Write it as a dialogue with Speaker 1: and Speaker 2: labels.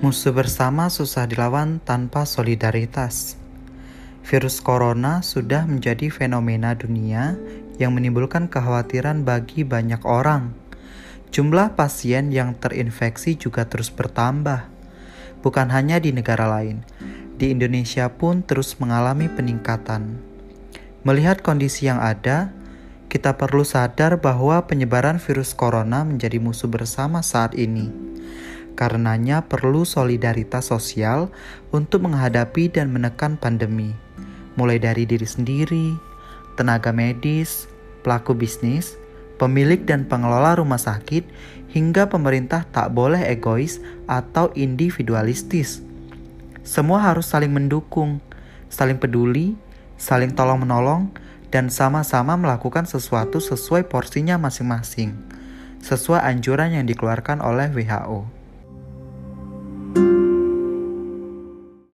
Speaker 1: Musuh bersama susah dilawan tanpa solidaritas. Virus corona sudah menjadi fenomena dunia yang menimbulkan kekhawatiran bagi banyak orang. Jumlah pasien yang terinfeksi juga terus bertambah. Bukan hanya di negara lain, di Indonesia pun terus mengalami peningkatan. Melihat kondisi yang ada, kita perlu sadar bahwa penyebaran virus corona menjadi musuh bersama saat ini. Karenanya perlu solidaritas sosial untuk menghadapi dan menekan pandemi. Mulai dari diri sendiri, tenaga medis, pelaku bisnis, pemilik dan pengelola rumah sakit, hingga pemerintah tak boleh egois atau individualistis. Semua harus saling mendukung, saling peduli, saling tolong-menolong, dan sama-sama melakukan sesuatu sesuai porsinya masing-masing, sesuai anjuran yang dikeluarkan oleh WHO.